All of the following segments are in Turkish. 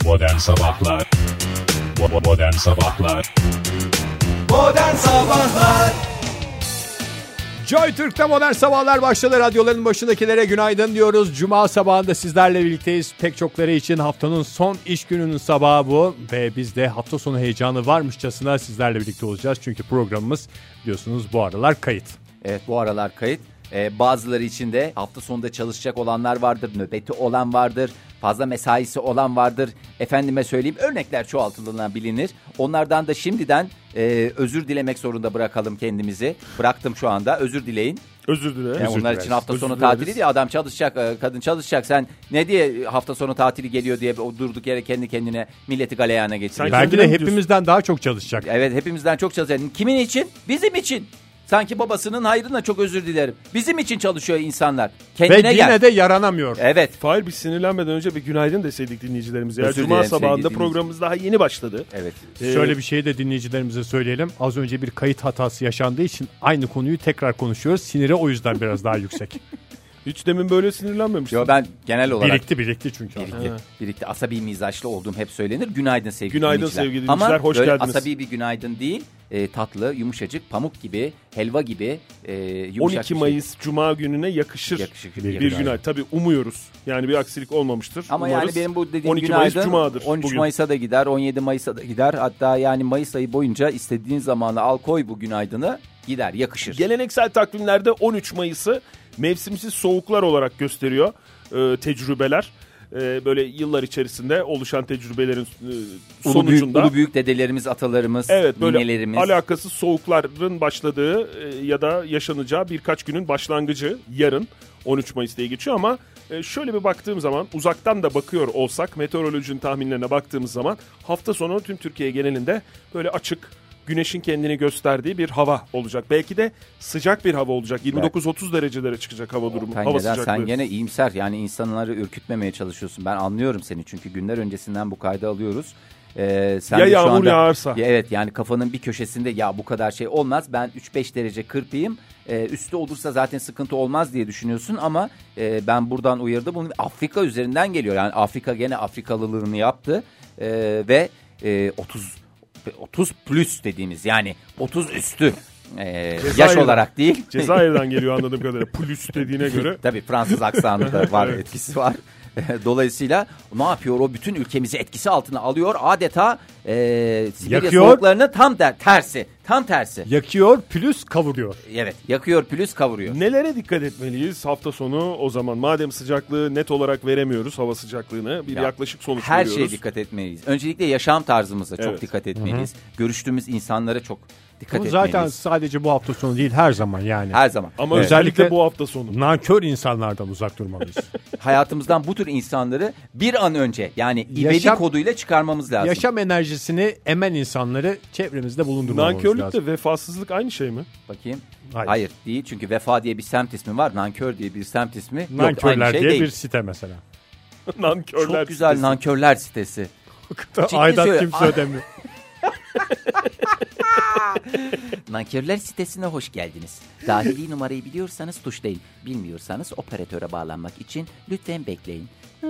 Modern Sabahlar. Modern Sabahlar. Modern Sabahlar. Joy Türk'te Modern Sabahlar başladı. Radyoların başındakilere günaydın diyoruz. Cuma sabahında sizlerle birlikteyiz. Pek çokları için haftanın son iş gününün sabahı bu. Ve biz de hafta sonu heyecanı varmışçasına sizlerle birlikte olacağız. Çünkü programımız biliyorsunuz bu aralar kayıt. Evet, bu aralar kayıt. Bazıları için de hafta sonunda çalışacak olanlar vardır, nöbeti olan vardır, fazla mesaisi olan vardır. Efendime söyleyeyim, örnekler çoğaltıldığından bilinir. Onlardan da şimdiden özür dilemek zorunda bırakalım kendimizi. Bıraktım şu anda, özür dileyin. Özür dilerim. Yani onlar için hafta sonu tatili diye adam çalışacak, kadın çalışacak. Sen ne diye hafta sonu tatili geliyor diye durduk yere kendi kendine milleti galeyana geçiriyorsun. Belki de hepimizden daha çok çalışacak. Evet, hepimizden çok çalışacak. Kimin için? Bizim için. Sanki babasının hayrına çok özür dilerim. Bizim için çalışıyor insanlar. Kendine ve yine de yaranamıyor. Evet. Fahir, bir sinirlenmeden önce bir günaydın deseydik dinleyicilerimize. Özür Cuma dilerim, sabahında programımız daha yeni başladı. Evet. Şöyle bir şey de dinleyicilerimize söyleyelim. Az önce bir kayıt hatası yaşandığı için aynı konuyu tekrar konuşuyoruz. Siniri o yüzden biraz daha yüksek. Hiç demin böyle sinirlenmemiştim. Yo, ben genel olarak birikti çünkü. birikti. Asabi mizaçlı olduğum hep söylenir. Günaydın sevgili Günaydın dinleyiciler. sevgili dinleyiciler, Ama hoş böyle geldiniz. asabi bir günaydın değil. Tatlı, yumuşacık, pamuk gibi, helva gibi yumuşak 12 Mayıs Cuma gününe yakışır bir günaydın. Tabii umuyoruz. Yani bir aksilik olmamıştır. Ama umarız. yani benim bu dediğim 12 günaydın Mayıs Cuma'dır 13 bugün. Mayıs'a da gider, 17 Mayıs'a da gider. Hatta yani Mayıs ayı boyunca istediğin zamanı al koy bu günaydını, gider, yakışır. Geleneksel takvimlerde 13 Mayıs'ı mevsimsiz soğuklar olarak gösteriyor tecrübeler. Böyle yıllar içerisinde oluşan tecrübelerin sonucunda. Ulu büyük dedelerimiz, atalarımız, evet, böyle ninelerimiz. Alakasız soğukların başladığı ya da yaşanacağı birkaç günün başlangıcı yarın 13 Mayıs diye geçiyor ama şöyle bir baktığım zaman, uzaktan da bakıyor olsak, meteorolojinin tahminlerine baktığımız zaman hafta sonu tüm Türkiye genelinde böyle açık, güneşin kendini gösterdiği bir hava olacak. Belki de sıcak bir hava olacak. 29-30 derecelere çıkacak hava durumu. Hava sıcaklığı. Sen gene iyimser, yani insanları ürkütmemeye çalışıyorsun. Ben anlıyorum seni, çünkü günler öncesinden bu kaydı alıyoruz. Sen ya de yağmur şu anda, yağarsa. Evet, yani kafanın bir köşesinde ya bu kadar şey olmaz, ben 3-5 derece kırpayım, üstü olursa zaten sıkıntı olmaz diye düşünüyorsun ama ben buradan uyarıda bunu Afrika üzerinden geliyor. Yani Afrika gene Afrikalılığını yaptı ve 30 plus dediğimiz, yani 30 üstü yaş olarak değil. Cezayir'den geliyor anladığım kadarıyla, plus dediğine göre. Tabii Fransız aksanı da var, Evet. etkisi var. Dolayısıyla ne yapıyor? O bütün ülkemizi etkisi altına alıyor. Adeta Sibirya Yakıyor. soğuklarını tam tersi. Yakıyor, plus kavuruyor. Evet, yakıyor, plus kavuruyor. Nelere dikkat etmeliyiz hafta sonu o zaman? Madem sıcaklığı net olarak veremiyoruz, hava sıcaklığını, bir yaklaşık sonuç Her veriyoruz. şeye dikkat etmeliyiz. Öncelikle yaşam tarzımıza çok Evet. dikkat etmeliyiz. Görüştüğümüz insanlara çok dikkat Bu etmeliyiz. zaten sadece bu hafta sonu değil, her zaman yani. Her zaman. Ama Evet. özellikle Özellikle bu hafta sonu. Nankör insanlardan uzak durmalıyız. Hayatımızdan bu tür insanları bir an önce, yani ivedi Yaşam- koduyla çıkarmamız lazım. Yaşam enerjisini emen insanları çevremizde bulundurmamız lazım. Nankörlükle vefasızlık aynı şey mi? Bakayım. Hayır. Hayır değil, çünkü vefa diye bir semt ismi var. Nankör diye bir semt ismi yok. Nankörler Aynı şey diye değil. bir site mesela. Nankörler Çok güzel sitesi. nankörler sitesi. Aydan söyle- kimse ödemiyor. Nankörler sitesine hoş geldiniz. Dahili numarayı biliyorsanız tuşlayın. Bilmiyorsanız operatöre bağlanmak için lütfen bekleyin.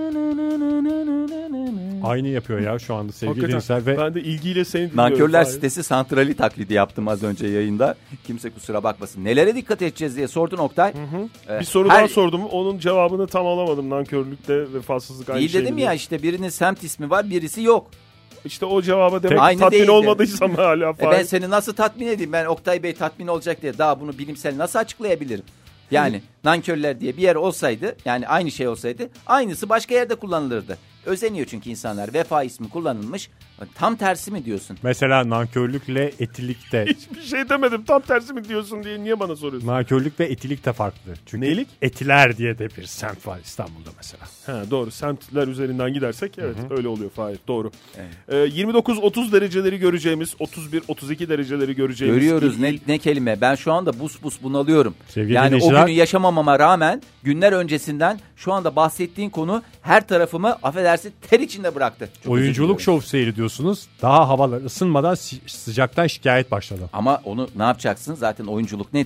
Aynı yapıyor ya şu anda sevgili Hakikaten. dinleyiciler ve Ben de ilgiyle seni dinliyorum. Nankörler Fahir. sitesi santrali taklidi yaptım az önce yayında. Kimse kusura bakmasın. Nelere dikkat edeceğiz diye sordun Oktay. Bir soru daha sordum. Onun cevabını tam alamadım. Nankörlükte vefasızlık aynı Değil şey dedim mi ya, diye. işte birinin semt ismi var, birisi yok. İşte o cevaba demek Aynı tatmin değildi. olmadıysam hala Ben Fahir. seni nasıl tatmin edeyim? Ben Oktay Bey tatmin olacak diye daha bunu bilimsel nasıl açıklayabilirim? Yani nankörler diye bir yer olsaydı, yani aynı şey olsaydı, aynısı başka yerde kullanılırdı. Özeniyor çünkü insanlar. Vefa ismi kullanılmış. Tam tersi mi diyorsun? mesela nankörlükle etilik de Hiçbir şey demedim. Tam tersi mi diyorsun diye niye bana soruyorsun? nankörlük ve etilik de farklı. Çünkü Neylik? Etiler diye de bir semt var İstanbul'da mesela. He, doğru. Semtler üzerinden gidersek evet öyle oluyor Fahir. Doğru. 29-30 dereceleri göreceğimiz, 31-32 dereceleri göreceğimiz. Görüyoruz ne kelime. Ben şu anda bus bunalıyorum. Sevgili yani o dinleyiciler- günü yaşamamama rağmen günler öncesinden şu anda bahsettiğin konu her tarafımı affedersin ter içinde bıraktı. Çok özür Oyunculuk diliyorum. şov seyrediyorsunuz. Daha havalar ısınmadan sıcaktan şikayet başladı. Ama onu ne yapacaksın? Zaten oyunculuk nedir?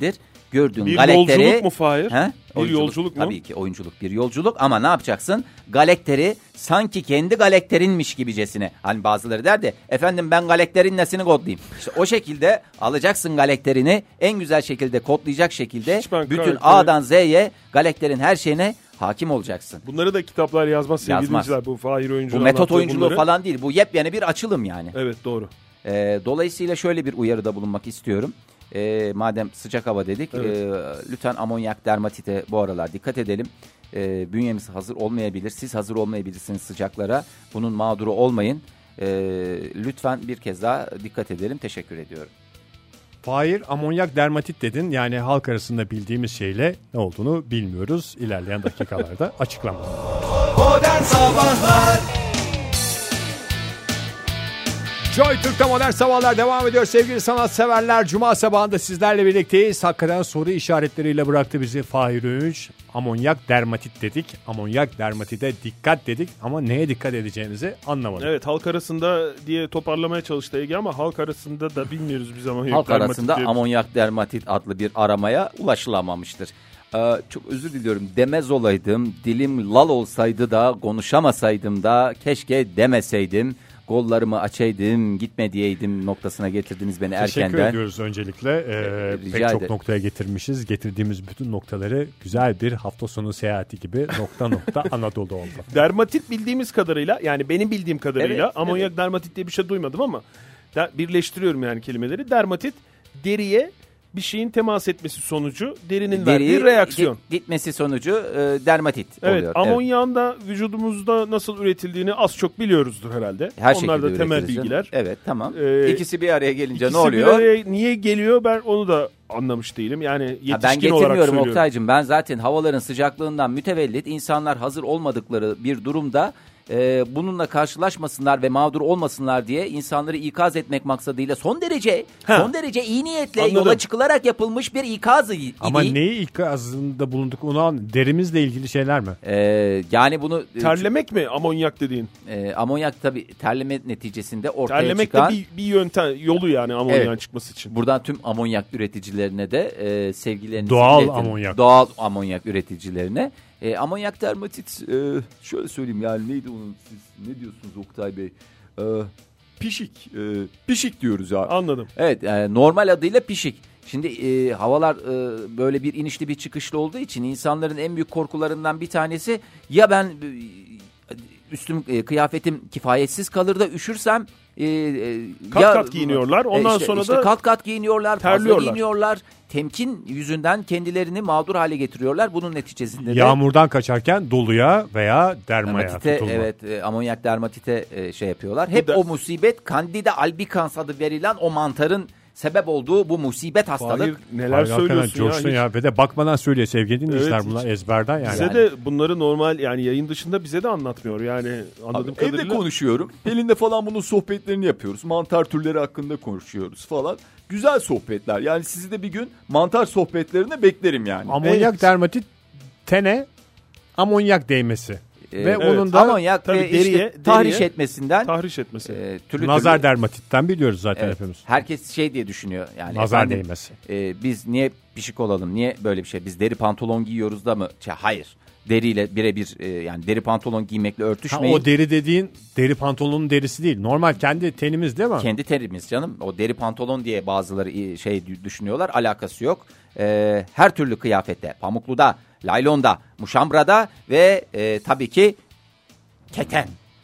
gördüğün Bir galekleri... yolculuk mu Fahir? He? Bir yolculuk mu? Tabii ki oyunculuk bir yolculuk ama ne yapacaksın? Galekteri sanki kendi galekterinmiş gibicesine. Hani bazıları der de efendim ben galekterin nesini kodlayayım. İşte o şekilde alacaksın galekterini en güzel şekilde kodlayacak şekilde bütün A'dan Z'ye galekterin her şeyine hakim olacaksın. Bunları da kitaplar yazmaz sevgili dinleyiciler. Bu Fahir oyunculuğu. Bu metot oyunculuğu falan değil. Bu yepyeni bir açılım yani. Evet doğru. Dolayısıyla şöyle bir uyarıda bulunmak istiyorum. Madem sıcak hava dedik, lütfen amonyak dermatite bu aralar dikkat edelim. Bünyemiz hazır olmayabilir, siz hazır olmayabilirsiniz sıcaklara. Bunun mağduru olmayın. Lütfen bir kez daha dikkat edelim. Teşekkür ediyorum. Fahir, amonyak dermatit dedin. Yani halk arasında bildiğimiz şeyle ne olduğunu bilmiyoruz. İlerleyen dakikalarda açıklanmalı. Modern Sabahlar. Joy Türk'te Modern Sabahlar devam ediyor sevgili sanatseverler. Cuma sabahında sizlerle birlikteyiz. Hakikaten soru işaretleriyle bıraktı bizi Fahir Öğünç. Amonyak dermatit dedik. Amonyak dermatite dikkat dedik. Ama neye dikkat edeceğinizi anlamadık. Evet, halk arasında diye toparlamaya çalıştı Ege ama halk arasında da bilmiyoruz biz amonyak halk dermatit arasında diye. amonyak dermatit adlı bir aramaya ulaşılamamıştır. Çok özür diliyorum, demez olaydım, dilim lal olsaydı da konuşamasaydım da keşke demeseydim. Gollarımı açaydım, gitme diyeydim noktasına getirdiniz beni erkenden. Teşekkür ediyoruz öncelikle. Pek çok ederim. noktaya getirmişiz. Getirdiğimiz bütün noktaları güzel bir hafta sonu seyahati gibi nokta Anadolu oldu. Dermatit bildiğimiz kadarıyla, yani benim bildiğim kadarıyla Evet, amonyak dermatit diye bir şey duymadım ama birleştiriyorum yani kelimeleri. Dermatit deriye bir şeyin temas etmesi sonucu derinin verdiği reaksiyon. Gitmesi sonucu dermatit oluyor. Evet, amonyağın da vücudumuzda nasıl üretildiğini az çok biliyoruzdur herhalde. Her Onlar da temel üretirsin. bilgiler. Evet, tamam. İkisi bir araya gelince İkisi ne oluyor? bir araya niye geliyor ben onu da anlamış değilim. Yani yetişkin olarak ben getirmiyorum söylüyorum. Oktay'cığım. Ben zaten havaların sıcaklığından mütevellit insanlar hazır olmadıkları bir durumda bununla karşılaşmasınlar ve mağdur olmasınlar diye insanları ikaz etmek maksadıyla son derece iyi niyetle yola çıkılarak yapılmış bir ikaz idi. Ama neyi ikazında bulunduk onu derimizle ilgili şeyler mi? Yani bunu terlemek mi amonyak dediğin? Amonyak tabii terleme neticesinde ortaya terlemek çıkan. Terlemek de bir yöntem, yolu yani amonyağın çıkması için. Buradan tüm amonyak üreticilerine de sevgilerinizi doğal iletin. amonyak. Doğal amonyak üreticilerine. Amonyak dermatit şöyle söyleyeyim yani neydi onun, siz ne diyorsunuz Oktay Bey? Pişik diyoruz ya. Anladım. Evet, normal adıyla pişik. Şimdi havalar böyle bir inişli bir çıkışlı olduğu için insanların en büyük korkularından bir tanesi ya ben kıyafetim kifayetsiz kalır da üşürsem kat giyiniyorlar. Ondan sonra da kat giyiniyorlar, terliyorlar. fazla giyiniyorlar. Temkin yüzünden kendilerini mağdur hale getiriyorlar. Bunun neticesinde de yağmurdan kaçarken doluya veya dermaya tutulma. Evet, amonyak dermatite şey yapıyorlar. Hep o musibet Candida albicans adı verilen o mantarın sebep olduğu bu musibet hastalık. Hayır, neler söylüyorsun coştun ya. Ve de bakmadan söylüyor sevgili dinleyiciler, evet, bunlar ezberden yani. Bize de bunları normal yani yayın dışında bize de anlatmıyor yani anladığım kadarıyla. Evde konuşuyorum. Pelin'le falan bunun sohbetlerini yapıyoruz. Mantar türleri hakkında konuşuyoruz falan. Güzel sohbetler. Yani sizi de bir gün mantar sohbetlerine beklerim yani. Amonyak dermatit tene amonyak değmesi. Ve onun da amonyak ve deriye, tahriş etmesinden. Tahriş etmesi. Nazar dermatitten biliyoruz zaten hepimiz. Herkes şey diye düşünüyor. Yani nazar değmesi. Biz niye pişik olalım? Niye böyle bir şey? Biz deri pantolon giyiyoruz da mı? Hayır. Deriyle birebir yani deri pantolon giymekle örtüşmeyin. O deri dediğin deri pantolonun derisi değil. Normal kendi tenimiz değil mi? Kendi terimiz canım. O deri pantolon diye bazıları şey düşünüyorlar. Alakası yok. Her türlü kıyafette, pamukluda, laylonda, muşambrada ve tabii ki keten.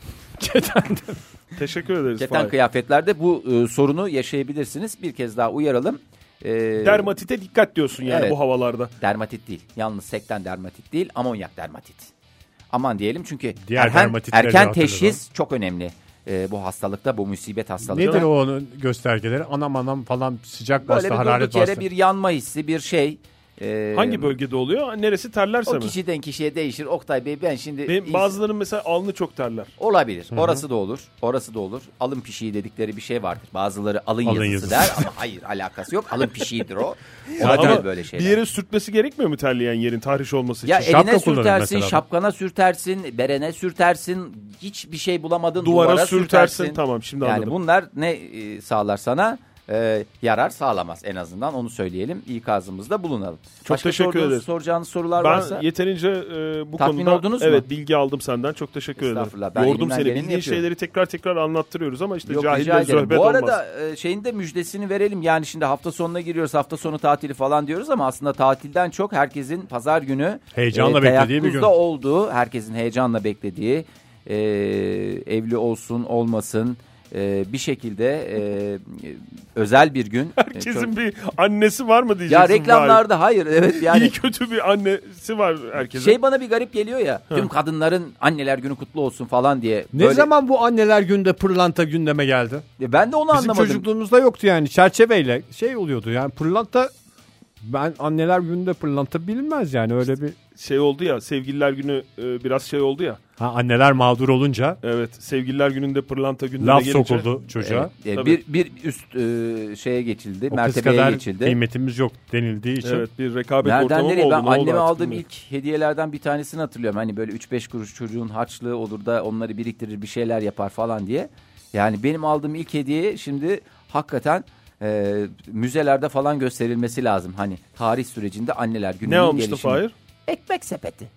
Teşekkür ederiz. Keten kıyafetlerde bu sorunu yaşayabilirsiniz. Bir kez daha uyaralım. Dermatite dikkat diyorsun yani bu havalarda. Dermatit değil. Yalnız sekten dermatit değil, amonyak dermatit. Aman diyelim çünkü erken teşhis çok önemli. Bu hastalıkta, bu musibet hastalığı. Nedir o onun göstergeleri? Anam falan sıcak bastı, hararet bastı. Böyle bir durduk yere bir yanma hissi, bir şey. Hangi bölgede oluyor? Neresi terlerse mi? O kişiden kişiye değişir. Oktay Bey ben şimdi... Bazılarının mesela alnı çok terler. Olabilir. Hı-hı. Orası da olur. Alın pişiği dedikleri bir şey vardır. Bazıları alın yazısı der ama hayır, alakası yok. Alın pişiğidir o. Zaten böyle şeyler. Bir yere sürtmesi gerekmiyor mu terleyen yerin tahriş olması için? Ya eline sürtersin, şapkana sürtersin, berene sürtersin. Hiçbir şey bulamadın, duvara sürtersin. Tamam, şimdi yani anladım. bunlar ne sağlar sana? yarar sağlamaz, en azından onu söyleyelim. İkazımızda bulunalım. Çok Başka teşekkür ederim. Soracağınız sorular Ben varsa. yeterince bu Tatmin konuda oldunuz mu? evet, bilgi aldım senden. Çok teşekkür ederim. Ben Yordum seni. geleni Bildiğin yapıyorum. şeyleri tekrar anlattırıyoruz ama işte Yok, rica cahille ederim. zöhbet Bu olmaz. arada şeyin de müjdesini verelim. Yani şimdi hafta sonuna giriyoruz. Hafta sonu tatili falan diyoruz ama aslında tatilden çok herkesin pazar günü Heyecanla beklediği bir gün. teyakkuzda olduğu, herkesin heyecanla beklediği, evli olsun olmasın, bir şekilde özel bir gün. Herkesin bir annesi var mı diyeceksin. Ya reklamlarda hayır, evet yani. İyi kötü bir annesi var herkesin. Şey bana bir garip geliyor ya. Tüm kadınların anneler günü kutlu olsun falan diye. Ne zaman bu anneler günde pırlanta gündeme geldi? Ben de onu Bizim anlamadım. çocukluğumuzda yoktu yani, çerçeveyle şey oluyordu yani pırlanta. Ben anneler gününde pırlanta bilinmez yani, öyle bir Şey oldu ya, sevgililer günü biraz şey oldu ya. anneler mağdur olunca Evet, sevgililer gününde pırlanta gündeme laf gelince. sokuldu çocuğa. Bir üst şeye geçildi, O kız mertebeye kadar geçildi. kıymetimiz yok denildiği için. Evet, bir rekabet Nereden ortamı mı nereye? oldu? Ben Ne oldu anneme artık aldığım bilmiyorum. ilk hediyelerden bir tanesini hatırlıyorum. Hani böyle 3-5 kuruş çocuğun harçlığı olur da onları biriktirir, bir şeyler yapar falan diye. Yani benim aldığım ilk hediye şimdi hakikaten müzelerde falan gösterilmesi lazım. Hani tarih sürecinde anneler gününün Ne almıştı gelişimi. Fahir? Ekmek sepeti.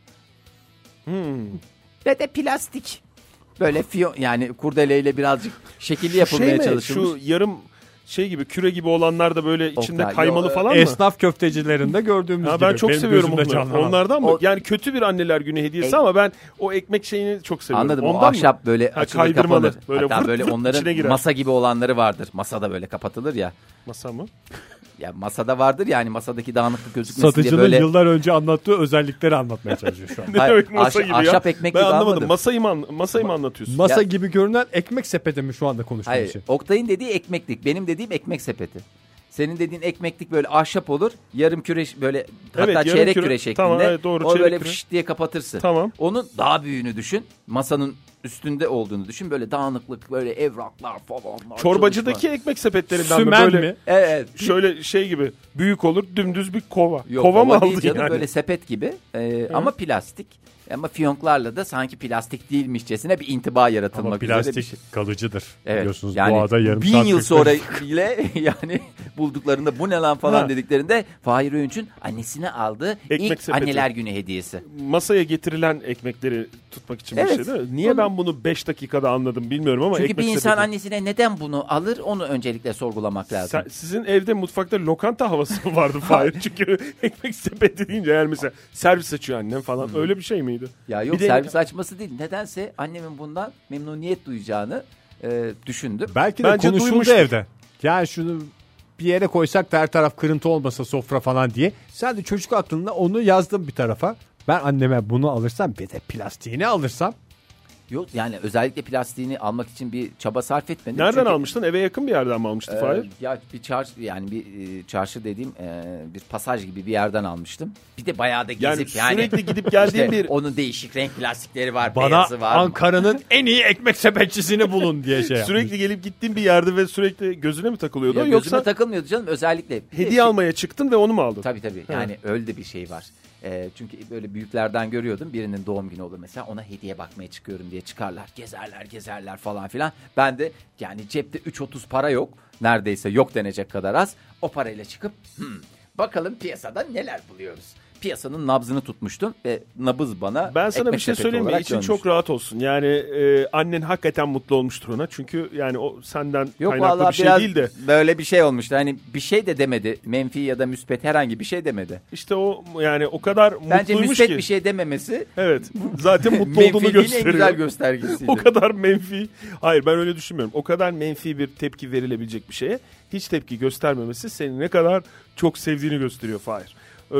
Ve de plastik. Böyle yani kurdeleyle birazcık şekilli yapılmaya mi? çalışılmış. Şu yarım şey gibi, küre gibi olanlar da böyle içinde Oktay, kaymalı falan mı? Esnaf köftecilerinde gördüğümüz Ha, gibi. ben çok Benim seviyorum gözümde onları. canlanan. Onlardan mı? O- Yani kötü bir anneler günü hediyesi ama ben o ekmek şeyini çok seviyorum. Anladım. Ondan O ahşap böyle Ha, açılır kaydırmalı. kapanır. Böyle Hatta vırt böyle vırt onların içine girer. masa gibi olanları vardır. Masada böyle kapatılır ya. Masa mı? Ya masada vardır yani, masadaki dağınıklık gözükmesin diye Satıcının böyle. yıllar önce anlattığı özellikleri anlatmaya çalışıyor şu an. Ne Hayır, demek masa gibi ya? ahşap ekmek ben gibi anlamadım. anladım. Masayı mı anlatıyorsun? Masa Ya- gibi görünen ekmek sepeti mi şu anda konuştuğum Hayır. için? Oktay'ın dediği ekmeklik. Benim dediğim ekmek sepeti. Senin dediğin ekmeklik böyle ahşap olur. Yarım küre böyle, hatta yarım çeyrek küre. küre şeklinde. Tamam, evet, doğru, o çeyrek böyle küre. fış diye kapatırsın. Tamam. Onun daha büyüğünü düşün. Masanın üstünde olduğunu düşün. Böyle dağınıklık, böyle evraklar falanlar. Çorbacıdaki çalışma. ekmek sepetlerinden mi? Sümen Böyle mi? Evet. şöyle şey gibi büyük olur, dümdüz bir kova. Yok, kova mı değil aldın canım, yani? böyle sepet gibi ama plastik. Ama fiyonklarla da sanki plastik değilmişçesine bir intiba Ama yaratılmak üzere bir plastik şey. kalıcıdır. Evet. Biliyorsunuz Yani doğada yarım 1000 saat yıl bekler. sonra bile yani bulduklarında bu ne lan falan Ha. dediklerinde Fahir Öğünç'ün annesine aldığı Ekmek ilk sepeti. anneler günü hediyesi. Masaya getirilen ekmekleri tutmak için Evet. bir şey değil mi? Niye ben bunu 5 dakikada anladım bilmiyorum ama Çünkü ekmek bir insan sepeti. annesine neden bunu alır, onu öncelikle sorgulamak lazım. Sizin evde mutfakta lokanta havası mı vardı Fahir? Çünkü ekmek sepeti deyince eğer mesela servis açıyor annem falan öyle bir şey miydi? Ya yok, Bir de- servis açması değil. Nedense annemin bundan memnuniyet duyacağını düşündüm. Belki de Bence konuşuldu duymuştur. evde. Yani şunu bir yere koysak da her taraf kırıntı olmasa sofra falan diye. Sen de çocuk aklında onu yazdın bir tarafa. Ben anneme bunu alırsam, bir de plastiğini alırsam. Yok yani özellikle plastiğini almak için bir çaba sarf etmedim. Nereden Çünkü, almıştın? Eve yakın bir yerden mi almıştın Fahir? Ya bir çarşı, yani bir çarşı dediğim bir pasaj gibi bir yerden almıştım. Bir de bayağı da Yani gezip yani. sürekli gidip geldiğin İşte bir... onun değişik renk plastikleri var, Bana beyazı var. Ankara'nın en iyi ekmek sepetçisini bulun diye şey yapmış. Sürekli gelip gittiğin bir yerde ve sürekli gözüne mi takılıyordu? Ya Yoksa gözüme takılmıyordu canım, özellikle. Bir de hediye almaya çıktın ve onu mu aldın? Tabii yani öyle de bir şey var. Çünkü böyle büyüklerden görüyordum, birinin doğum günü olur mesela, ona hediye bakmaya çıkıyorum diye çıkarlar, gezerler falan filan. Ben de yani cepte 3.30 para yok, neredeyse yok denecek kadar az, o parayla çıkıp bakalım piyasada neler buluyoruz. Piyasanın nabzını tutmuştum ve nabız bana Ben sana ekmek bir şey sepeti söyleyeyim mi? olarak İçin dönmüş. çok rahat olsun. Yani annen hakikaten mutlu olmuştur ona. Çünkü yani o senden Yok kaynaklı vallahi bir şey biraz değil de. böyle bir şey olmuştu. Hani bir şey de demedi. Menfi ya da müspet herhangi bir şey demedi. İşte o yani o kadar Bence mutluymuş müspet ki. bir şey dememesi Evet. Zaten mutlu olduğunu menfiliğin en gösteriyor. güzel göstergesiydi. O kadar menfi. Hayır, ben öyle düşünmüyorum. O kadar menfi bir tepki verilebilecek bir şeye hiç tepki göstermemesi seni ne kadar çok sevdiğini gösteriyor Fahir.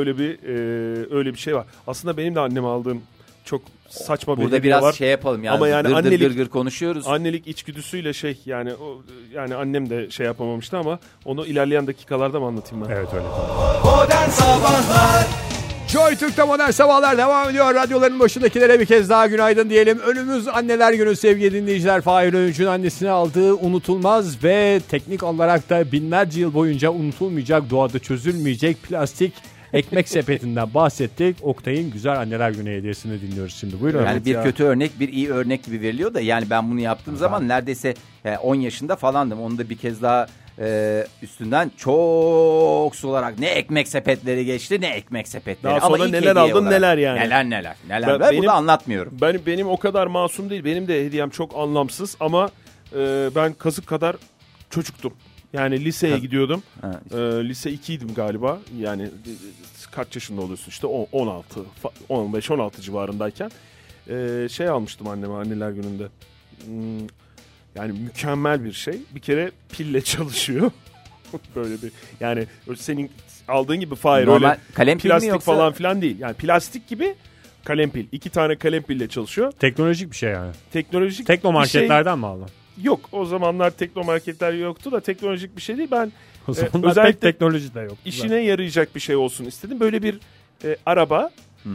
Öyle bir şey var. Aslında benim de anneme aldığım çok saçma bir Burada hediye biraz var. şey yapalım yani, Ama yani gırgır konuşuyoruz. Annelik içgüdüsüyle yani annem de şey yapamamıştı ama onu ilerleyen dakikalarda mı anlatayım ben? Evet öyle. Modern Sabahlar Joy Türk'te modern sabahlar devam ediyor. Radyoların başındakilere bir kez daha günaydın diyelim. Önümüz anneler günü sevgili dinleyiciler. Fahir Öğünç'ün annesine aldığı unutulmaz ve teknik olarak da binlerce yıl boyunca unutulmayacak, doğada çözülmeyecek plastik ekmek sepetinden bahsettik. Oktay'ın güzel anneler günü hediyesini dinliyoruz şimdi. Buyurun. Yani bir kötü örnek, bir iyi örnek gibi veriliyor da yani ben bunu yaptığım zaman neredeyse 10 yaşında falandım. Onu da bir kez daha üstünden çok sularak ne ekmek sepetleri geçti ne ekmek sepetleri. Daha sonra ama neler aldın, neler yani. Neler. Ben bunu anlatmıyorum. Benim o kadar masum değil. Benim de hediyem çok anlamsız ama ben kazık kadar çocuktum. Yani liseye gidiyordum. Ha, Lise 2'ydim galiba. Yani kaç yaşında oluyorsun işte 16, 15-16 civarındayken. Şey almıştım anneme anneler gününde. Yani mükemmel bir şey. Bir kere pille çalışıyor. Böyle bir yani senin aldığın gibi Fahir öyle kalem pil mi plastik yoksa? falan filan değil. Yani plastik gibi kalem pil. 2 tane kalem pille çalışıyor. Teknolojik bir şey yani. Teknolojik Teknomarketlerden mi aldın? Yok, o zamanlar teknomarketler yoktu da teknolojik bir şey değil. Ben O zamanlar özellikle pek teknoloji de yok. işine yarayacak bir şey olsun istedim. Böyle bir araba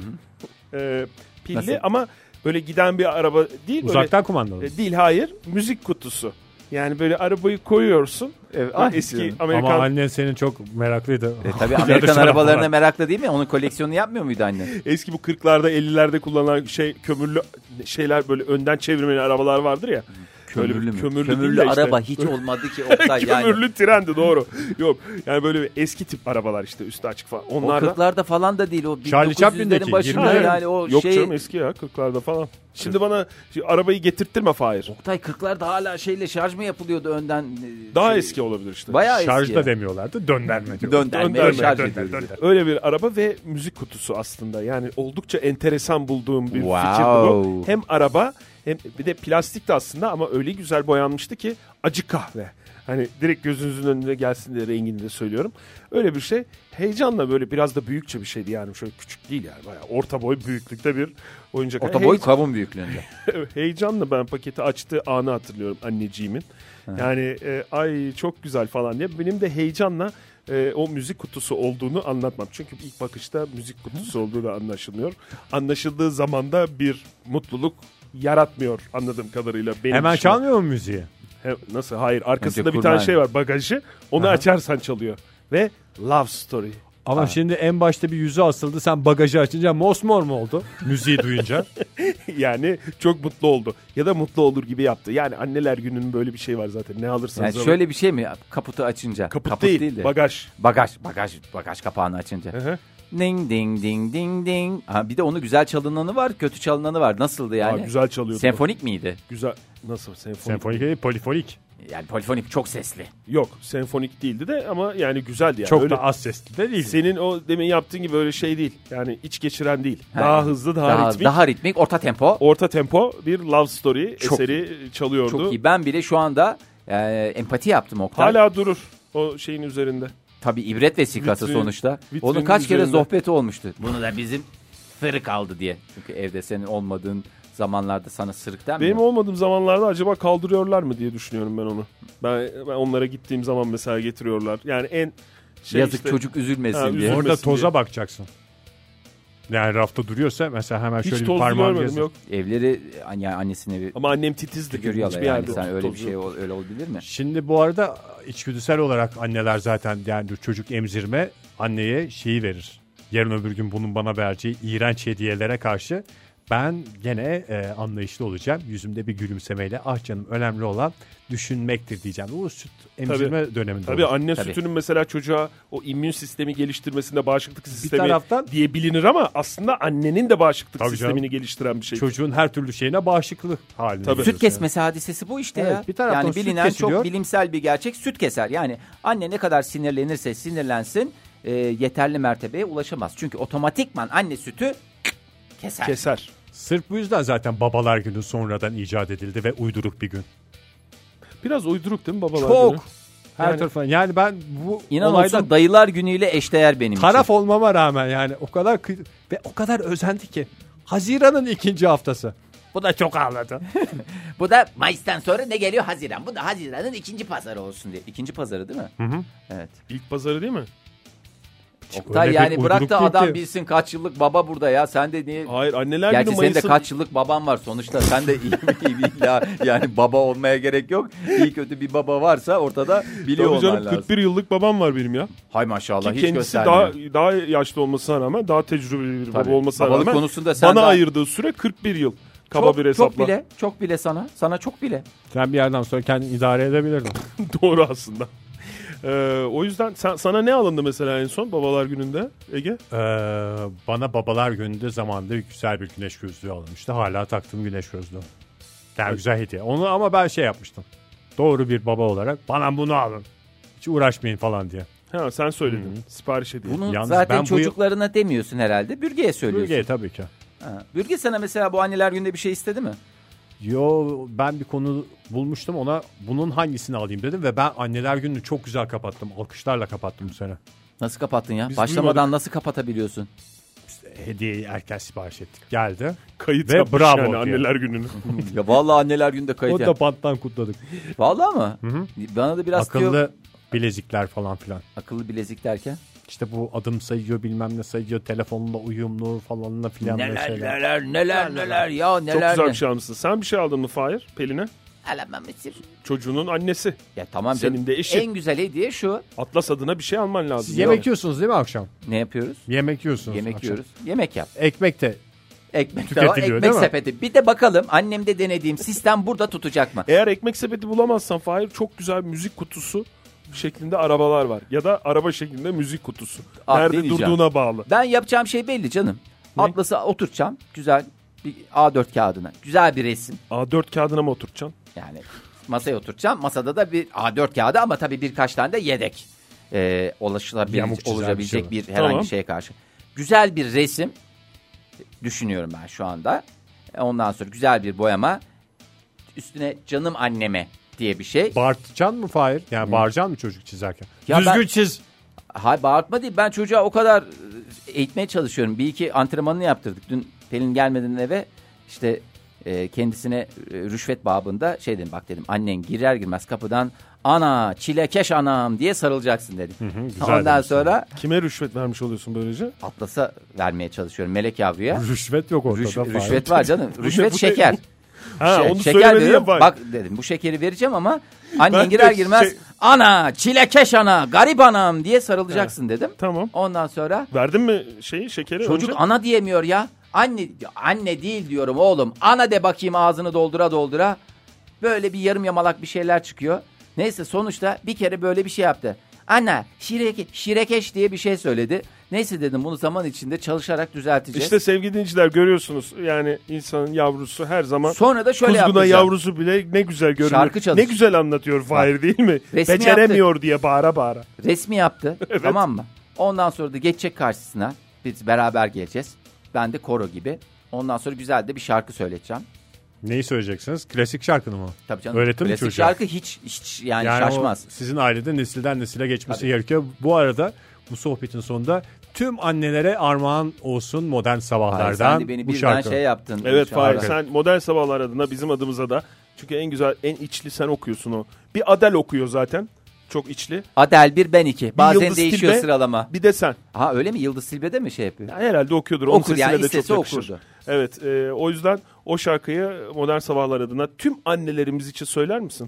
pilli Nasıl? ama böyle giden bir araba değil. Uzaktan kumandalı. Böyle, değil hayır, müzik kutusu. Yani böyle arabayı koyuyorsun. Eski diyorum. Amerikan. Ama annen senin çok meraklıydı. Tabii Amerikan arabalarına meraklı değil mi? Onun koleksiyonunu yapmıyor muydu anne? Eski bu 40'larda 50'lerde kullanılan kömürlü şeyler böyle önden çevirmeli arabalar vardır ya. Kömürlü mü? Kömürlü Kömürlü değil de araba işte. hiç olmadı ki Oktay yani. Kömürlü trendi doğru. Yok yani böyle bir eski tip arabalar işte üstü açık falan. O Onlar da 40'larda falan da değil o Charlie 1900'lerin Chaplin'deki başında 20'ler. yani o yok şey. canım eski ya 40'larda falan. Şimdi bana arabayı getirttirme Fahir. Oktay 40'larda hala şeyle şarj mı yapılıyordu önden? Daha eski olabilir işte. Bayağı eski. Şarjda ya. demiyorlardı. Dönderme diyor. Döndermeye şarj ediyoruz. Öyle bir araba ve müzik kutusu aslında. Yani oldukça enteresan bulduğum bir Wow. fikir bu. Hem araba hem bir de plastik de aslında ama öyle güzel boyanmıştı ki acı kahve. Hani direkt gözünüzün önüne gelsin diye rengini de söylüyorum. Öyle bir şey. Heyecanla böyle biraz da büyükçe bir şeydi yani. Şöyle küçük değil yani. Bayağı orta boy büyüklükte bir oyuncak. Orta boy kavun büyüklüğünde. Heyecanla ben paketi açtığı anı hatırlıyorum anneciğimin. Yani ay çok güzel falan diye. Benim de heyecanla o müzik kutusu olduğunu anlatmam. Çünkü ilk bakışta müzik kutusu olduğu da anlaşılmıyor. Anlaşıldığı zaman da bir mutluluk yaratmıyor anladığım kadarıyla. Benim Hemen için. çalmıyor mu müziği? Nasıl? Hayır. Arkasında Önce bir tane kurban. şey var. Bagajı. Onu açarsan çalıyor. Ve Love Story. Ama şimdi en başta bir yüzü asıldı. Sen bagajı açınca mosmor mu oldu? Müziği duyunca. Yani çok mutlu oldu. Ya da mutlu olur gibi yaptı. Yani anneler gününün böyle bir şey var zaten. Ne alırsanız Yani alın. şöyle bir şey mi? Kaputu açınca. Kaput değil. de. Bagaj. Bagaj kapağını açınca. Hı-hı. Ding ding ding ding ding. Ha, bir de onun güzel çalınanı var, kötü çalınanı var. Nasıldı yani? Güzel çalıyordu. Senfonik miydi? Güzel. Nasıl? Senfonik. Senfonik değil, polifonik. Yani polifonik çok sesli. Yok. Senfonik değildi de ama yani güzeldi yani. Çok Öyle, da az sesli de değil. senin o demin yaptığın gibi öyle şey değil. Yani iç geçiren değil. Daha hızlı, daha ritmik. Daha ritmik, orta tempo. Orta tempo bir Love Story Çok eseri çalıyordu. Çok iyi. Ben bile şu anda empati yaptım Oktay. Hala durur o şeyin üzerinde. Tabii ibret vesikası Vitrin- sonuçta. vitrinin Onun kaç kere üzerinde. sohbeti olmuştu. Bunu da bizim sırık aldı diye. Çünkü evde senin olmadığın zamanlarda sana sırık denmiyor. Benim olmadığım zamanlarda acaba kaldırıyorlar mı diye düşünüyorum ben onu. Ben onlara gittiğim zaman mesela getiriyorlar. Yani en Yazık işte, çocuk üzülmesin Ha, diye. üzülmesin. Orada toza diye. bakacaksın. Yani rafta duruyorsa mesela hemen hiç şöyle bir tozlu parmağını görmedim gezdir. yok. evleri yani annesinin evi Ama annem titizdi. görüyorlar Hiçbir yani. yerde Sen öyle bir toz şey yok. öyle olabilir mi? Şimdi bu arada içgüdüsel olarak anneler zaten yani çocuk emzirme anneye şeyi verir. Yarın öbür gün bunun bana vereceği iğrenç hediyelere karşı ben gene anlayışlı olacağım. Yüzümde bir gülümsemeyle ah canım önemli olan düşünmektir diyeceğim. Bu süt emzirme döneminde Tabii olur. anne Tabii. sütünün mesela çocuğa o immün sistemi geliştirmesinde bağışıklık sistemi taraftan- diye bilinir ama aslında annenin de bağışıklık Tabii sistemini canım. geliştiren bir şey. Çocuğun her türlü şeyine bağışıklık haline Tabii. geliyor. Süt kesmesi hadisesi bu işte Evet, ya. bir taraftan yani süt bilinen kesiliyor. çok bilimsel bir gerçek süt keser. Yani anne ne kadar sinirlenirse sinirlensin yeterli mertebeye ulaşamaz. Çünkü otomatikman anne sütü keser. Keser. Sırf bu yüzden zaten babalar günü sonradan icat edildi ve uyduruk bir gün. Biraz uyduruk değil mi babalar Çok. günü? Her Yani- taraftan. Yani ben bu İnan olaydan olsun dayılar günüyle eşdeğer benim taraf için. olmama rağmen yani o kadar ve o kadar özendi ki. Haziran'ın 2. haftası. Bu da çok ağladı. Bu da Mayıs'tan sonra ne geliyor? Haziran. Bu da Haziran'ın 2. pazarı olsun diye. 2. pazarı değil mi? Hı. Evet. İlk pazarı değil mi? Oktay Öyle bir yani bırak uyduruk da değil adam ki. bilsin kaç yıllık baba burada ya. Sen de niye... Hayır anneler Gerçi günü senin de Mayıs'ın... kaç yıllık baban var sonuçta. Sen de iyi illa yani baba olmaya gerek yok. İyi kötü bir baba varsa ortada biliyor Tabii olman canım lazım. 41 yıllık babam var benim ya. Hay maşallah Ki hiç kendisi göstermiyor. daha yaşlı olmasına rağmen daha tecrübeli bir Tabii. baba olmasına Babalık rağmen konusunda sen bana daha- ayırdığı süre 41 yıl. Kaba bir hesapla. Çok bile sana çok bile. Sen bir yerden sonra kendini idare edebilirdin. Doğru aslında. O yüzden sana ne alındı mesela en son babalar gününde Ege? Bana babalar gününde zamanında güzel bir güneş gözlüğü alınmıştı. Hala taktığım güneş gözlüğü. Yani güzel hediye. Onu ama ben şey yapmıştım. Doğru bir baba olarak bana bunu alın. Hiç uğraşmayın falan diye. Ha, sen söyledin. Sipariş ediyor. Bunu Yalnız zaten ben çocuklarına demiyorsun herhalde. Bürge'ye söylüyorsun. Bürge tabii ki. Ha. Bürge sana mesela bu anneler gününde bir şey istedi mi? Yo, ben bir konu bulmuştum, ona bunun hangisini alayım dedim ve ben anneler gününü çok güzel kapattım. Alkışlarla kapattım bu sene. Nasıl kapattın ya? Biz Başlamadan duymadık. nasıl kapatabiliyorsun? Hediyeyi erken sipariş ettik. Geldi. Kayıt Ve yapmış bravo yani diye. anneler gününü. Ya vallahi anneler gününde kayıt O da yap. banttan kutladık. Vallahi mı? Bana da biraz Akıllı bilezikler falan filan. akıllı bilezik derken. İşte bu adım sayıyor, bilmem ne sayıyor, telefonla uyumlu falanla filan. Neler ya Çok neler. güzel bir şey almışsın. Sen bir şey aldın mı Fahir Pelin'e? Alamam Mesir. Çocuğunun annesi. Ya tamam canım. Senin de eşin. En güzel hediye şu. Atlas adına bir şey alman lazım. Siz yemek yiyorsunuz değil mi akşam? Ne yapıyoruz? Yemek yiyorsunuz. Yemek akşam. yiyoruz. Yemek yap. Ekmek de. Ekmek de var. Tüketiliyor, Ekmek değil mi? sepeti. Bir de bakalım annemde denediğim sistem burada tutacak mı? Eğer ekmek sepeti bulamazsan Fahir, çok güzel bir müzik kutusu şeklinde arabalar var. Ya da araba şeklinde müzik kutusu. Nerede deneyeceğim. durduğuna bağlı. Ben yapacağım şey belli canım. Atlas'a oturtacağım. Güzel bir A4 kağıdına. Güzel bir resim. A4 kağıdına mı oturacaksın? Yani masaya oturtacağım. Masada da bir A4 kağıdı ama tabii birkaç tane de yedek. Yamuk çizer bir Olabilecek şey bir herhangi Tamam. şeye karşı. Güzel bir resim düşünüyorum ben şu anda. Ondan sonra güzel bir boyama. Üstüne canım anneme diye bir şey. Bağırtacaksın mı Fahir? Yani bağıracaksın mı çocuk çizerken? Ya Düzgün ben- çiz. Hayır, bağırtma değil. Ben çocuğa o kadar eğitmeye çalışıyorum. Bir iki antrenmanını yaptırdık. Dün Pelin gelmeden eve işte kendisine rüşvet babında şey dedim, bak dedim, annen girer girmez kapıdan ana çilekeş anam diye sarılacaksın dedim. güzel Ondan demişsin. sonra Kime rüşvet vermiş oluyorsun böylece? Atlas'a vermeye çalışıyorum, melek yavruya. Rüşvet yok ortada. Fahir. Rüşvet var canım. Rüşvet bu şeker. ne? Ha, onu şeker söylemeni veriyorum. yapar. Bak dedim, bu şekeri vereceğim ama annen Ben de girer girmez şey- ana çilekeş ana garip anam diye sarılacaksın dedim. Tamam. Ondan sonra Verdin mi şekeri? çocuk önce? ana diyemiyor ya. Anne değil diyorum oğlum. Ana de bakayım, ağzını doldura doldura. Böyle bir yarım yamalak bir şeyler çıkıyor. Neyse sonuçta bir kere böyle bir şey yaptı. Ana şirekeş diye bir şey söyledi. Neyse dedim, bunu zaman içinde çalışarak düzelteceğiz. İşte sevgili dinleyiciler, görüyorsunuz. Yani insanın yavrusu her zaman Sonra da şöyle kuzguna yapacağım. yavrusu bile ne güzel görünüyor. Şarkı çalış. Ne güzel anlatıyor Fahir, değil mi? Resmi Beceremiyor diye bağıra bağıra. Resmi yaptı. Tamam mı? Ondan sonra da geçecek karşısına. Biz beraber geleceğiz. Ben de koro gibi. Ondan sonra güzel de bir şarkı söyleteceğim. Neyi söyleyeceksiniz? Klasik şarkını mı? Tabii canım. Öğretin mi Klasik çocuğa? şarkı hiç yani Yani şaşmaz. o sizin ailede nesilden nesile geçmesi gerekiyor. Bu arada bu sohbetin sonunda tüm annelere armağan olsun Modern Hayır, Sabahlar'dan sen de beni bu birden şarkı. şey yaptın. Evet Şu Fahir, anda. sen Modern Sabahlar adına bizim adımıza da, çünkü en güzel, en içli sen okuyorsun o. Bir Adele okuyor zaten. Çok içli. Adel 1 ben 2. Bazen Yıldız değişiyor Tilbe, sıralama. Bir de sen. Ha öyle mi? Yıldız Silbe de mi şey yapıyor? Yani herhalde okuyordur. Onun Okur sesine yani, de çok istese yakışır. okurdu. Evet, o yüzden o şarkıyı Modern Sabahlar adına tüm annelerimiz için söyler misin?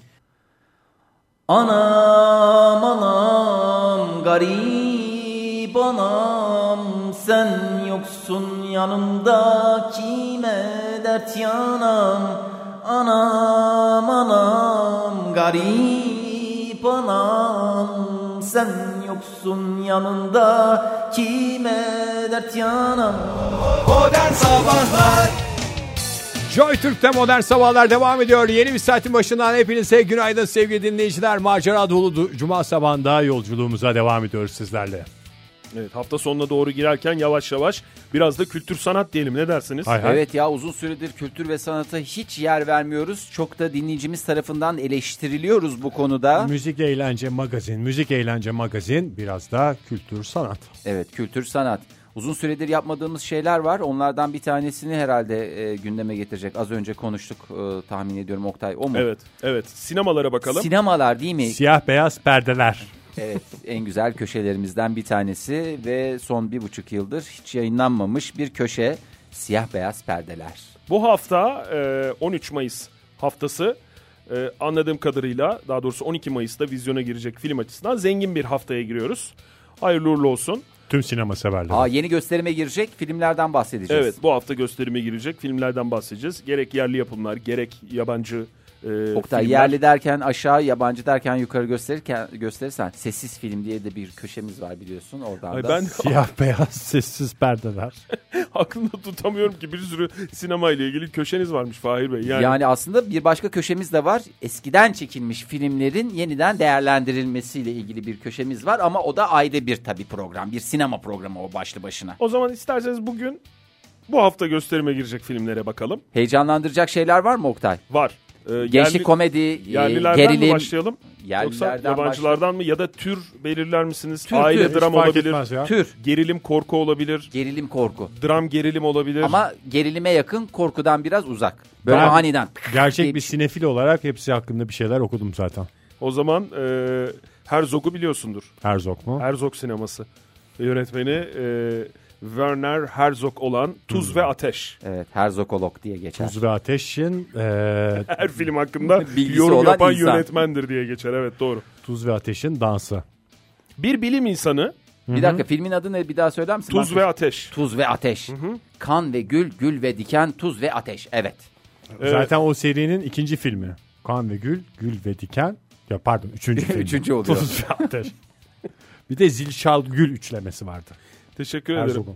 Anam anam garip anam, sen yoksun yanımda kime dert yanam. Anam anam garip anam, sen yoksun yanımda kime dert yanam. Modern Sabahlar Joy Türk'te Modern Sabahlar devam ediyor. Yeni bir saatin başından hepinize günaydın sevgili dinleyiciler. Macera dolu Cuma sabahında yolculuğumuza devam ediyoruz sizlerle. Evet, hafta sonuna doğru girerken yavaş yavaş biraz da kültür sanat diyelim, ne dersiniz? Hay hay. Evet ya, uzun süredir kültür ve sanata hiç yer vermiyoruz. Çok da dinleyicimiz tarafından eleştiriliyoruz bu konuda. Müzik eğlence magazin, biraz da kültür sanat. Evet, kültür sanat. Uzun süredir yapmadığımız şeyler var. Onlardan bir tanesini herhalde gündeme getirecek. Az önce konuştuk, tahmin ediyorum Oktay, o mu? Evet. Sinemalara bakalım. Sinemalar değil mi? Siyah beyaz perdeler. Evet, en güzel köşelerimizden bir tanesi ve son 1,5 yıldır hiç yayınlanmamış bir köşe. Siyah beyaz perdeler. Bu hafta 13 Mayıs haftası, anladığım kadarıyla, daha doğrusu 12 Mayıs'ta vizyona girecek film açısından zengin bir haftaya giriyoruz. Hayırlı uğurlu olsun. Tüm sinema severler. Yeni gösterime girecek filmlerden bahsedeceğiz. Evet, bu hafta gösterime girecek filmlerden bahsedeceğiz. Gerek yerli yapımlar, gerek yabancı Oktay, filmler. yerli derken aşağı, yabancı derken yukarı gösterirsen sessiz film diye de bir köşemiz var biliyorsun. Oradan Ay da. ben Siyah beyaz sessiz perdeler. aklımda tutamıyorum ki bir sürü sinema ile ilgili köşeniz varmış Fahir Bey. Yani aslında bir başka köşemiz de var. Eskiden çekilmiş filmlerin yeniden değerlendirilmesiyle ilgili bir köşemiz var. Ama o da ayda bir tabii program. Bir sinema programı o başlı başına. O zaman isterseniz bugün bu hafta gösterime girecek filmlere bakalım. Heyecanlandıracak şeyler var mı Oktay? Var. Gençlik komedi, yerlilerden gerilim. mi başlayalım? Yoksa yabancılardan mı? Ya da tür belirler misiniz? Aile dram olabilir. Tür. Gerilim korku olabilir. Gerilim korku. Dram gerilim olabilir. Ama gerilime yakın, korkudan biraz uzak. Böyle aniden. Gerçek bir sinefil olarak hepsi hakkında bir şeyler okudum zaten. O zaman Herzog'u biliyorsundur. Herzog mu? Herzog sineması. Yönetmeni Werner Herzog olan Tuz ve Ateş. Evet, Herzokolog diye geçer. Tuz ve Ateş'in Her film hakkında Bilgisi yorum olan yapan insan. yönetmendir diye geçer. Evet, doğru. Tuz ve Ateş'in dansı. Bir bilim insanı Bir dakika, filmin adı ne, bir daha söyler misin? Tuz ve Ateş. Tuz ve Ateş. Kan ve gül, gül ve diken, tuz ve ateş. Evet. Zaten o serinin ikinci filmi. Kan ve Gül, Gül ve Diken. Ya pardon, üçüncü film. Üçüncü oluyor. Tuz ve Ateş. Bir de Zilşal Gül üçlemesi vardı. Teşekkür ederim. Herzog'un.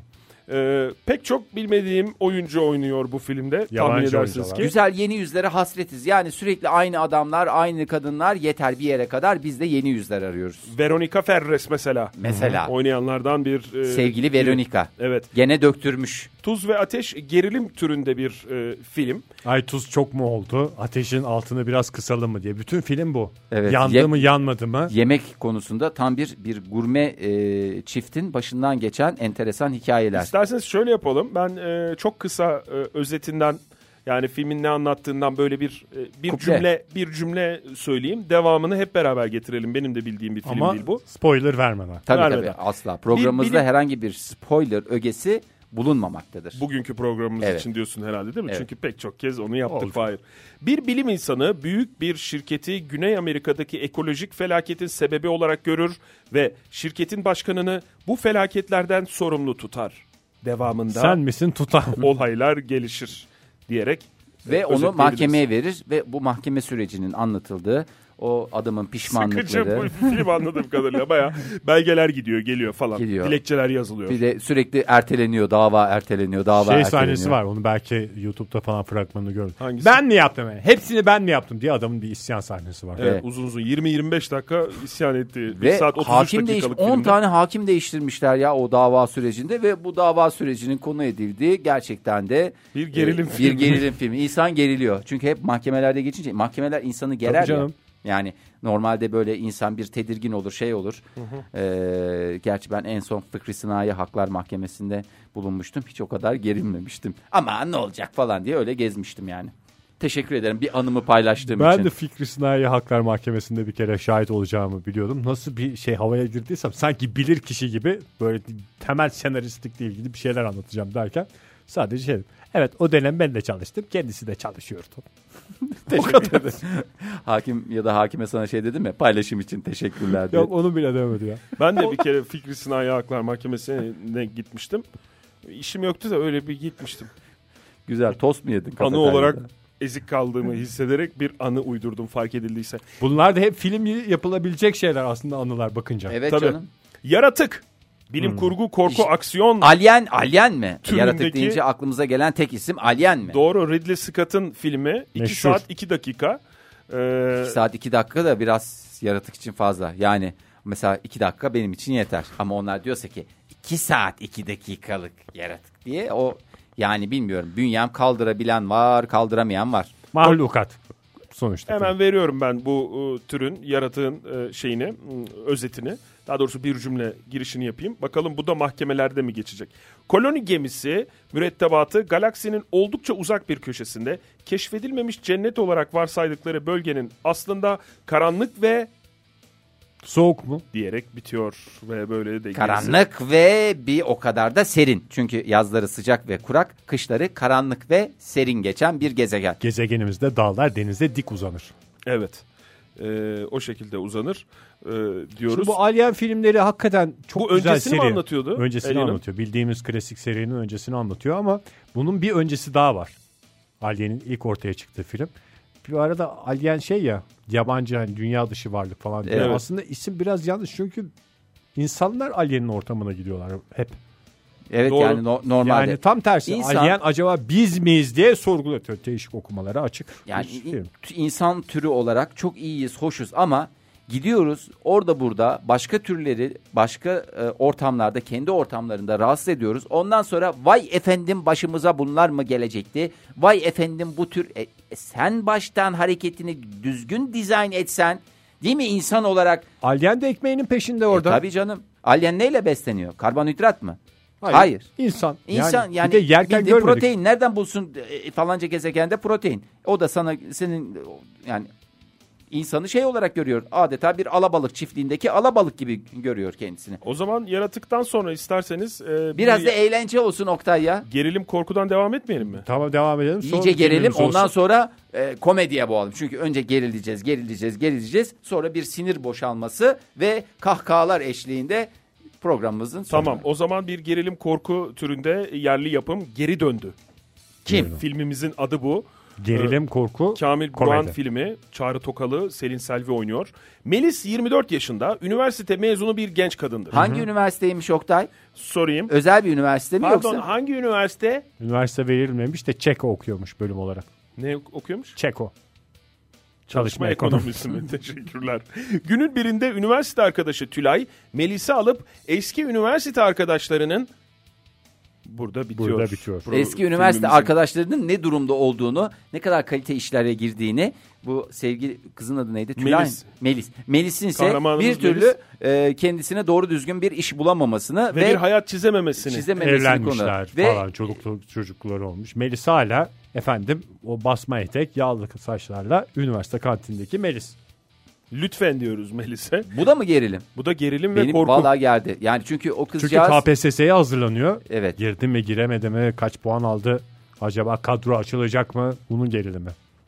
Pek çok bilmediğim oyuncu oynuyor bu filmde. Tahmin Yabancı edersiniz oyuncular. ki. Güzel yeni yüzlere hasretiz. Yani sürekli aynı adamlar, aynı kadınlar, yeter bir yere kadar, biz de yeni yüzler arıyoruz. Veronica Ferres mesela. Mesela. Oynayanlardan bir... Sevgili Veronica. Evet. Gene döktürmüş. Tuz ve Ateş gerilim türünde bir film. Ay tuz çok mu oldu? Ateşin altını biraz kısalım mı diye. Bütün film bu. Evet. Yandı mı yanmadı mı? Yemek konusunda tam bir gurme çiftin başından geçen enteresan hikayeler. İsterseniz şöyle yapalım. Ben çok kısa özetinden, yani filmin ne anlattığından böyle bir Kuple. cümle söyleyeyim. Devamını hep beraber getirelim. Benim de bildiğim bir film Ama değil bu. spoiler vermeden. Tabii vermeden. asla. Programımızda bilim- herhangi bir spoiler ögesi bulunmamaktadır. Bugünkü programımız Evet. için diyorsun herhalde, değil mi? Evet. Çünkü pek çok kez onu yaptık. Olur. Fahir. Bir bilim insanı büyük bir şirketi Güney Amerika'daki ekolojik felaketin sebebi olarak görür ve şirketin başkanını bu felaketlerden sorumlu tutar. Devamında Sen misin tutan? olaylar gelişir diyerek Ve onu özetleyebiliriz. mahkemeye verir ve bu mahkeme sürecinin anlatıldığı o adamın Sıkıcı pişmanlıkları. bu film anladığım kadarıyla. Bayağı belgeler gidiyor, geliyor falan. Gidiyor. Dilekçeler yazılıyor. Bir de sürekli erteleniyor, dava erteleniyor, dava Şey erteleniyor. sahnesi var. Onu belki YouTube'da falan fragmanını gördüm. Hangisi? Ben mi yaptım? Hepsini ben mi yaptım diye adamın bir isyan sahnesi var. Evet, Evet. uzun uzun 20-25 dakika isyan etti. 1 Ve saat 33 hakim dakikalık 10 filmde. tane hakim değiştirmişler ya o dava sürecinde ve bu dava sürecinin konu edildiği gerçekten de Bir gerilim bir filmi. gerilim filmi. İnsan geriliyor. Çünkü hep mahkemelerde geçince mahkemeler insanı gerer ya. canım. Yani normalde böyle insan bir tedirgin olur, şey olur. Gerçi ben en son Fıkri Sınai Haklar Mahkemesi'nde bulunmuştum. Hiç o kadar gerilmemiştim. Ama ne olacak falan diye öyle gezmiştim yani. Teşekkür ederim bir anımı paylaştığım Ben için. de Fikri Sınai Haklar Mahkemesi'nde bir kere şahit olacağımı biliyordum. Nasıl bir şey havaya girdiysem sanki bilir kişi gibi böyle temel senaristlikle ilgili bir şeyler anlatacağım derken sadece şey dedim. Evet, o dönem ben de çalıştım. Kendisi de çalışıyordu. O kadar. Hakim ya da hakime sana şey dedim ya, paylaşım için teşekkürler diye. Yok, onu bile demedi ya. Ben de bir kere Fikri Sınai Haklar Mahkemesi'ne gitmiştim. İşim yoktu da öyle bir gitmiştim. Güzel, tost mu yedin? Anı kafeteryada? olarak ezik kaldığımı hissederek bir anı uydurdum, fark edildiyse. Bunlar da hep film yapılabilecek şeyler aslında, anılar bakınca. Evet Tabii. canım. Yaratık. Bilim kurgu, korku, İşte- aksiyon. Alien mi? Türündeki- Yaratık deyince aklımıza gelen tek isim Alien mi? Doğru, Ridley Scott'ın filmi. 2 Meşhur. saat 2 dakika. 2 saat 2 dakika da biraz yaratık için fazla. Yani mesela 2 dakika benim için yeter. Ama onlar diyorsa ki 2 saat 2 dakikalık yaratık diye, o yani bilmiyorum. Bünyem kaldırabilen var, kaldıramayan var. Mahlukat sonuçta. Hemen veriyorum ben bu türün, yaratığın şeyini, özetini. Daha doğrusu bir cümle girişini yapayım. Bakalım bu da mahkemelerde mi geçecek? Koloni gemisi mürettebatı galaksinin oldukça uzak bir köşesinde keşfedilmemiş cennet olarak varsaydıkları bölgenin aslında karanlık ve Soğuk mu? diyerek bitiyor ve böyle de gerisi. Karanlık ve bir o kadar da serin. Çünkü yazları sıcak ve kurak, kışları karanlık ve serin geçen bir gezegen. Gezegenimizde dağlar denize dik uzanır. Evet. O şekilde uzanır diyoruz. Şimdi bu Alien filmleri hakikaten çok Bu güzel öncesini seri. mi anlatıyordu? Öncesini Alien'in? anlatıyor. Bildiğimiz klasik serinin öncesini anlatıyor ama bunun bir öncesi daha var. Alien'in ilk ortaya çıktığı film. bir arada alien şey ya, yabancı, hani dünya dışı varlık falan diye. Evet. Aslında isim biraz yanlış çünkü insanlar alienin ortamına gidiyorlar hep. Evet Doğru. yani normalde. Yani tam tersi. İnsan- Alien acaba biz miyiz diye sorgulatıyor. Değişik okumalara açık. Yani Bir film. insan türü olarak çok iyiyiz, hoşuz ama gidiyoruz orada burada başka türleri başka ortamlarda, kendi ortamlarında rahatsız ediyoruz. Ondan sonra vay efendim başımıza bunlar mı gelecekti? Vay efendim bu tür sen baştan hareketini düzgün dizayn etsen, değil mi insan olarak? Alien de ekmeğinin peşinde orada. Tabii canım. Alien neyle besleniyor? Karbonhidrat mı? Hayır. İnsan. İnsan yani bir de yerken bildiğin görmedik. protein nereden bulsun falanca gezegende protein? O da sana senin yani insanı şey olarak görüyor. Adeta bir alabalık çiftliğindeki alabalık gibi görüyor kendisini. O zaman yaratıktan sonra isterseniz Biraz bir da eğlence olsun Oktay ya. gerilim korkudan devam etmeyelim mi? Tamam, devam edelim. Sonra İyice gerelim filmimiz ondan olsun. sonra komediye boğalım. Çünkü önce gerileceğiz. Sonra bir sinir boşalması ve kahkahalar eşliğinde programımızın sonu. Tamam, o zaman bir gerilim korku türünde yerli yapım Geri Döndü. Kim? Filmimizin adı bu. Gerilim, korku, Kamil komedi. Burak'ın filmi. Çağrı Tokalı, Selin Selvi oynuyor. Melis 24 yaşında, üniversite mezunu bir genç kadındır. Hangi üniversiteymiş Oktay? Sorayım. Özel bir üniversite mi Pardon, yoksa? hangi üniversite? Üniversite verilmemiş de Çeko okuyormuş bölüm olarak. Ne okuyormuş? Çeko. Çalışma ekonomisi mi? Teşekkürler. Günün birinde üniversite arkadaşı Tülay, Melis'i alıp eski üniversite arkadaşlarının burada bitiyor. Eski üniversite Filmimizin. arkadaşlarının ne durumda olduğunu, ne kadar kalite işlere girdiğini, bu sevgili kızın adı neydi? Tülay. Melis'in ise Kahramanımız bir türlü kendisine doğru düzgün bir iş bulamamasını ve bir hayat çizememesini. Evlenmişler konu. falan, çocukları olmuş. Melis hala efendim o basma etek, yağlı saçlarla üniversite kantindeki Melis. Lütfen diyoruz Melis'e. Bu da mı gerilim? Bu da gerilim ve Benim korku. vallahi geldi. Yani çünkü o Çünkü kızcağız... KPSS'ye hazırlanıyor. Evet. Girdi mi giremedi mi, kaç puan aldı, acaba kadro açılacak mı, bunun gerilimi.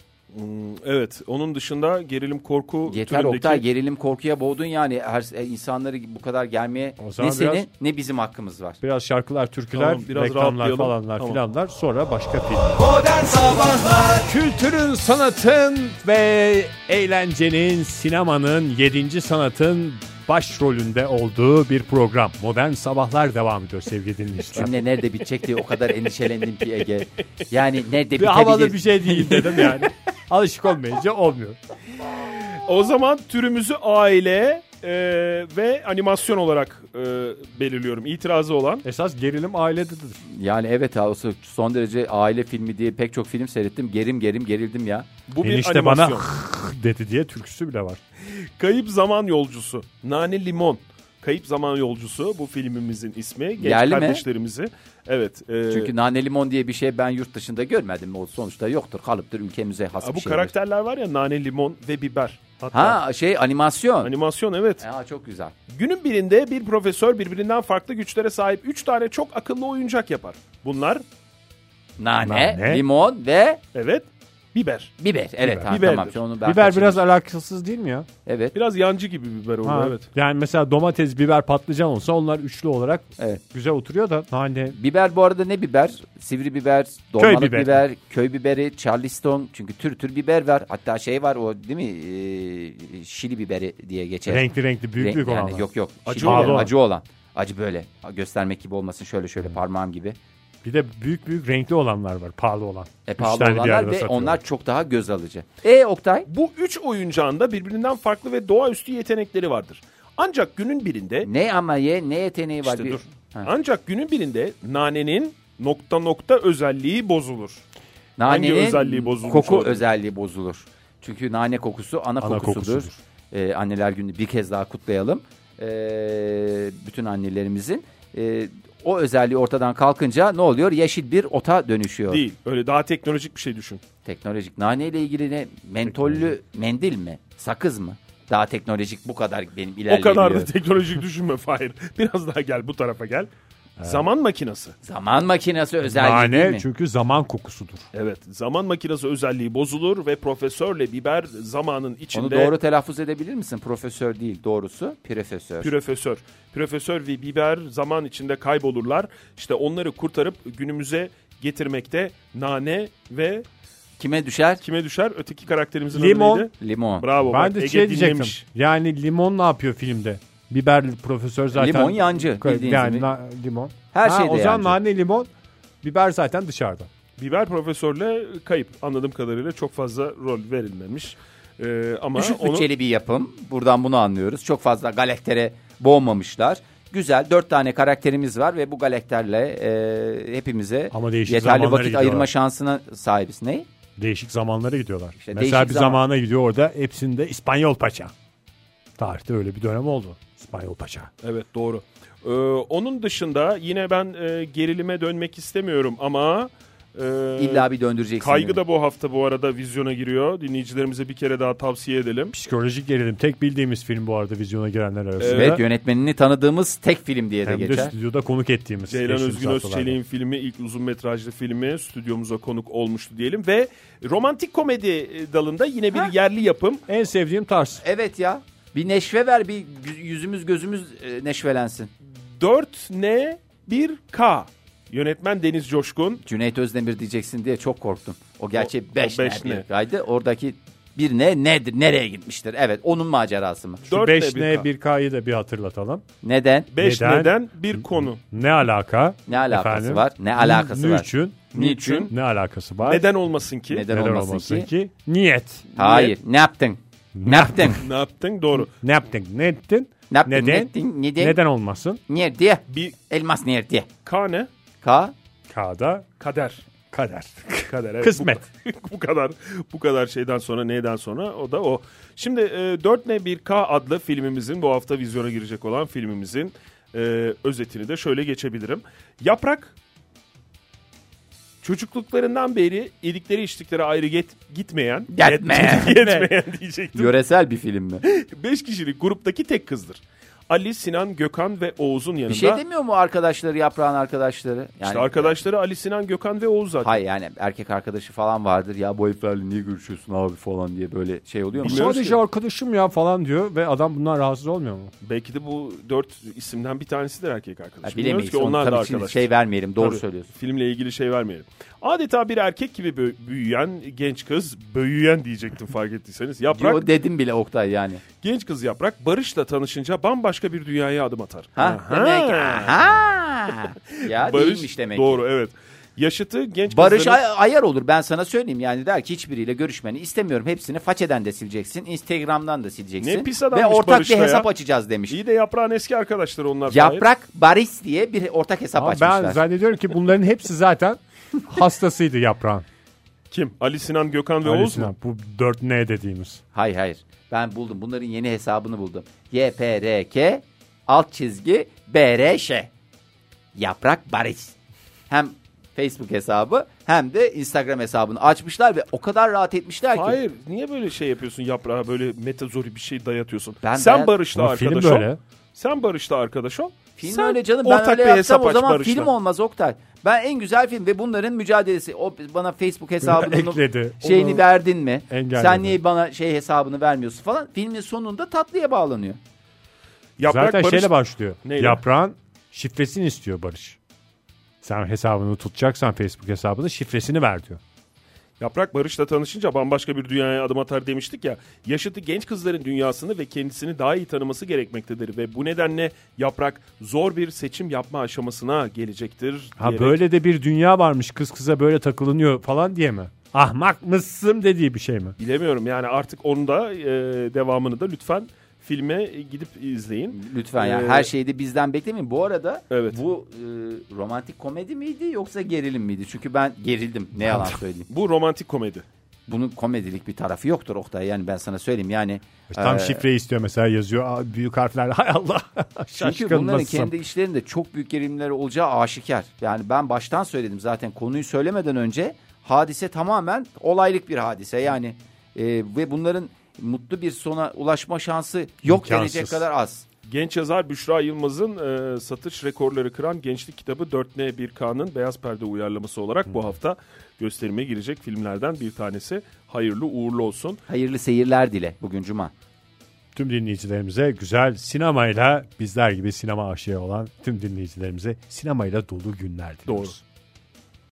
Evet, onun dışında gerilim korku Yeter türündeki... Oktay, gerilim korkuya boğdun yani. İnsanları bu kadar gelmeye O ne zaman senin biraz- ne bizim hakkımız var. Biraz şarkılar, türküler, Tamam, biraz reklamlar rahatlayalım. falanlar Tamam. filanlar, sonra başka film. Modern Sabahlar Kültürün, sanatın ve eğlencenin, sinemanın, 7. sanatın başrolünde olduğu bir program. Modern Sabahlar devam ediyor sevgili dinleyiciler. Cümle nerede bitecek diye o kadar endişelendim ki Ege. Yani nerede Bir bitebilir? havalı bir şey değil dedim yani. Alışık olmayınca olmuyor. O zaman türümüzü aile ve animasyon olarak belirliyorum. İtirazı olan. Esas gerilim ailededir. Yani evet ha, son derece aile filmi diye pek çok film seyrettim. Gerildim ya. Bu bir Enişte bana animasyon. dedi diye türküsü bile var. Kayıp Zaman Yolcusu. Nane Limon. Kayıp Zaman Yolcusu bu filmimizin ismi. Genç Yerli mi? kardeşlerimizi. Evet. Çünkü nane limon diye bir şey ben yurt dışında görmedim. O sonuçta yoktur, kalıptır, ülkemize has bir bu şeydir. karakterler var ya, Nane Limon ve Biber. Hatta Ha animasyon. animasyon, evet. Ha, çok güzel. Günün birinde bir profesör birbirinden farklı güçlere sahip 3 tane çok akıllı oyuncak yapar. Bunlar Nane, limon ve evet biber. biber. Evet Biber. ha, Biberdir. tamam. Onu ben Biber kaçırdım. biraz alakasız değil mi ya? Evet. Biraz yancı gibi biber oluyor, Ha, evet. Yani mesela domates, biber, patlıcan olsa onlar üçlü olarak Evet. güzel oturuyor da nane. Biber bu arada ne biber? Sivri biber, dolmalık biberi. biber, köy biberi, charleston. Çünkü tür biber var. Hatta şey var o değil mi? Şili biberi diye geçer. Renkli büyük Yani olanlar. yok. Acı Şili olan. biberi, acı olan. Acı böyle. Göstermek gibi olmasın. Şöyle parmağım gibi. Bir de büyük renkli olanlar var, pahalı olan. Üç Pahalı tane bir olanlar arada ve satıyorlar. onlar çok daha göz alıcı. Oktay? Bu 3 oyuncağın da birbirinden farklı ve doğaüstü yetenekleri vardır. Ancak günün birinde Ne yeteneği var? işte dur. Ha. Ancak günün birinde Nane'nin ... özelliği bozulur. Nanenin Hangi özelliği bozulmuş koku olabilir? özelliği bozulur. Çünkü nane kokusu ana kokusudur. Anneler günü bir kez daha kutlayalım. Bütün annelerimizin. O özelliği ortadan kalkınca ne oluyor? Yeşil bir ota dönüşüyor. Değil. Öyle daha teknolojik bir şey düşün. Teknolojik. Nane ile ilgili ne? Mentollü mendil mi? Sakız mı? Daha teknolojik bu kadar benim O ilerleyebiliyor. kadar da teknolojik düşünme Fahir. Biraz daha gel bu tarafa gel. Zaman makinesi. Zaman makinesi özelliği değil Nane mi? çünkü zaman kokusudur. Evet, zaman makinesi özelliği bozulur ve profesörle biber zamanın içinde... Onu doğru telaffuz edebilir misin? Profesör değil, doğrusu profesör. Profesör ve biber zaman içinde kaybolurlar. İşte onları kurtarıp günümüze getirmekte Nane ve Kime düşer? Kime düşer? Öteki karakterimizin Limon. adı neydi? Limon. Bravo. Ben bak, de Ege şey diyecektim. dinlemiş. Yani limon ne yapıyor filmde? Biberli profesör zaten. Limon yancı, bildiğiniz Yani gibi. limon. Her şeyde O zaman yancı. nane limon. Biber zaten dışarıda. Biber profesörle kayıp. Anladığım kadarıyla çok fazla rol verilmemiş. Ama Düşük onu bütçeli bir yapım. Buradan bunu anlıyoruz. Çok fazla galaktere boğmamışlar. Güzel 4 tane karakterimiz var ve bu galakterle hepimize Ama değişik yeterli zamanlara vakit gidiyorlar. ayırma şansına sahibiz. Ne? Değişik zamanlara gidiyorlar. İşte Mesela değişik bir zaman- zamana gidiyor orada hepsinde İspanyol paça. Tarihte öyle bir dönem oldu. İspanyol paça. evet doğru. Onun dışında yine ben gerilime dönmek istemiyorum ama İlla bir döndüreceksin. kaygı beni. da bu hafta bu arada vizyona giriyor. Dinleyicilerimize bir kere daha tavsiye edelim. Psikolojik gerilim. Tek bildiğimiz film bu arada vizyona girenler arasında. Evet, yönetmenini tanıdığımız tek film diye de Hem de geçer. stüdyoda konuk ettiğimiz. Ceylan geçtiğimiz Özgün haftalarda. Özçelik'in filmi, ilk uzun metrajlı filmi stüdyomuza konuk olmuştu diyelim. Ve romantik komedi dalında yine bir yerli yapım. En sevdiğim tarz. Evet ya. Bir neşve ver, bir yüzümüz gözümüz neşvelensin. 4N 1K. Yönetmen Deniz Coşkun. Cüneyt Özdemir diyeceksin diye çok korktum. O gerçi O 5 beş ne ne? kaydı. Oradaki bir ne nedir? Nereye gitmiştir? Evet, onun macerası mı? Şu 4N 5N 1K'yı da bir hatırlatalım. Neden? 5 Neden? neden bir konu. Ne alaka? Ne alakası Efendim? var? Ne alakası var? Niçin? Niçin? Ne alakası var? Neden olmasın ki? Neden Neden olmasın ki? Niyet. Hayır. Ne yaptın? Ne yaptın? Ne yaptın? Doğru. Ne yaptın? Ne ettin? Ne yaptın? Neden? Ne ettin? Neden? Neden olmasın? Nerede? Bir Elmas nerede? K ne? K. K'da Kader. kader. Kader. Evet. Kısmet. Bu kadar şeyden sonra neyden sonra o da o. Şimdi 4N1K adlı filmimizin bu hafta vizyona girecek olan filmimizin özetini de şöyle geçebilirim. Yaprak çocukluklarından beri yedikleri içtikleri ayrı gitmeyen yetmeyen diyecektim. Yöresel bir film mi? 5 kişilik gruptaki tek kızdır. Ali, Sinan, Gökhan ve Oğuz'un yanında. Bir şey demiyor mu arkadaşları, Yaprağın arkadaşları? Yani, İşte arkadaşları Ali, Sinan, Gökhan ve Oğuz zaten. hayır yani erkek arkadaşı falan vardır. Ya bu heriflerle niye görüşüyorsun abi falan diye böyle şey oluyor mu? Bilmiyorum. Sadece arkadaşım ya falan diyor ve adam bundan rahatsız olmuyor mu? Belki de bu 4 isimden bir tanesidir erkek arkadaş. Ya Bilmiyoruz bilemeyiz. ki Onu onlar da tabii şimdi arkadaş. şey vermeyelim. Doğru Tabii, söylüyorsun. Filmle ilgili şey vermeyelim. Adeta bir erkek gibi büyüyen genç kız, büyüyen diyecektim fark ettiyseniz. Yaprak, Yo, dedim bile Oktay yani. genç kız Yaprak Barış'la tanışınca bambaşka bir dünyaya adım atar. Ha? Demek aha. Ya Barış, değilmiş demek ki. doğru evet. Yaşıtı genç Barış kızların... ayar olur, ben sana söyleyeyim yani, der ki hiçbiriyle görüşmeni istemiyorum. Hepsini façeden de sileceksin, Instagram'dan da sileceksin. Ne pis adammış ve ortak Barış'la bir ya. hesap açacağız demiş. İyi de Yaprağın eski arkadaşları onlar. Yaprak Barış diye bir ortak hesap Ama açmışlar. ben zannediyorum ki bunların hepsi zaten hastasıydı yaprağın. Kim? Ali, Sinan, Gökhan ve Ali Oğuz mu? Sinan, bu 4N dediğimiz. Hayır. Ben buldum. Bunların yeni hesabını buldum. YPRK alt çizgi BRŞ. Yaprak Barış. Hem Facebook hesabı hem de Instagram hesabını açmışlar ve o kadar rahat etmişler ki. Hayır. Niye böyle şey yapıyorsun Yaprağa? Böyle metazori bir şey dayatıyorsun. Ben Sen Barış'la Ama film arkadaş ol. böyle. Sen Barış'la arkadaş ol. Film Sen öyle canım. Ben ortak öyle bir yapsam hesap o aç zaman Barış'la. film olmaz Oktay. Ben en güzel film ve bunların mücadelesi. O bana Facebook hesabını Ekledi. şeyini Onu verdin mi? engelledi. Sen niye bana şey hesabını vermiyorsun falan. Filmin sonunda tatlıya bağlanıyor. Yaprak Zaten Barış... şeyle başlıyor. Neyle? Yaprağın şifresini istiyor Barış. Sen hesabını tutacaksan Facebook hesabını şifresini ver diyor. Yaprak Barış'la tanışınca bambaşka bir dünyaya adım atar demiştik ya. Yaşıtı genç kızların dünyasını ve kendisini daha iyi tanıması gerekmektedir. Ve bu nedenle Yaprak zor bir seçim yapma aşamasına gelecektir. Ha diyerek- böyle de bir dünya varmış, kız kıza böyle takılınıyor falan diye mi? Ahmak mısın dediği bir şey mi? Bilemiyorum yani artık onun da devamını da lütfen filme gidip izleyin. Lütfen yani Ee, her şeyi de bizden beklemeyin. Bu arada Evet. bu romantik komedi miydi yoksa gerilim miydi? Çünkü ben gerildim. Ne yalan söyleyeyim. Bu romantik komedi. Bunun komedilik bir tarafı yoktur Oktay. Yani ben sana söyleyeyim yani. Tam e, şifreyi istiyor mesela, yazıyor büyük harflerle. Hay Allah. Çünkü Şaşkın bunların mısın? kendi işlerinde çok büyük gerilimleri olacağı aşikar. Yani ben baştan söyledim zaten, konuyu söylemeden önce hadise tamamen olaylık bir hadise. Yani ve bunların mutlu bir sona ulaşma şansı yok İmkansız. denecek kadar az. Genç yazar Büşra Yılmaz'ın satış rekorları kıran gençlik kitabı 4N1K'nın beyaz perde uyarlaması olarak bu hafta gösterime girecek filmlerden bir tanesi. Hayırlı uğurlu olsun. Hayırlı seyirler dile bugün Cuma. Tüm dinleyicilerimize güzel sinemayla, bizler gibi sinema aşığı olan tüm dinleyicilerimize sinemayla dolu günler diliyoruz. Doğru.